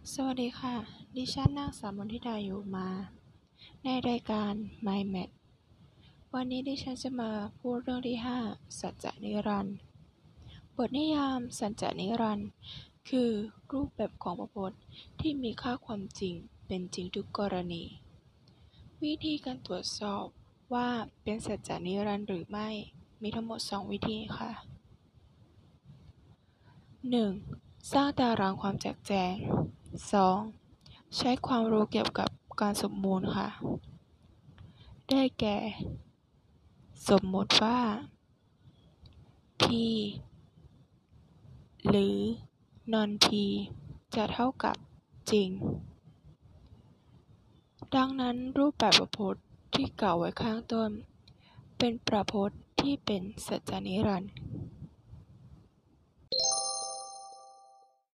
สวัสดีค่ะ ดิฉันนางสาวมนทิดาอยู่มา ในรายการ MindMed วันนี้ดิฉันจะมาพูดเรื่องที่ 5 สัจจะนิรันดร์บทนิยามสัจจะนิรันดร์คือรูปแบบของพจน์ที่มีค่าความจริงเป็นจริงทุกกรณี วิธีการตรวจสอบว่าเป็นสัจจะนิรันดร์หรือไม่มีทั้งหมด 2 วิธีค่ะ 1. สร้างตารางความแจกแจง 2. ใช้ความรู้เกี่ยวกับการสมมูลค่ะ ได้แก่ สมมติว่า P หรือ non P จะเท่ากับจริง ดังนั้นรูปแบบประพจน์ที่กล่าวไว้ข้างต้นเป็นประพจน์ที่เป็นสัจจะนิรันดร์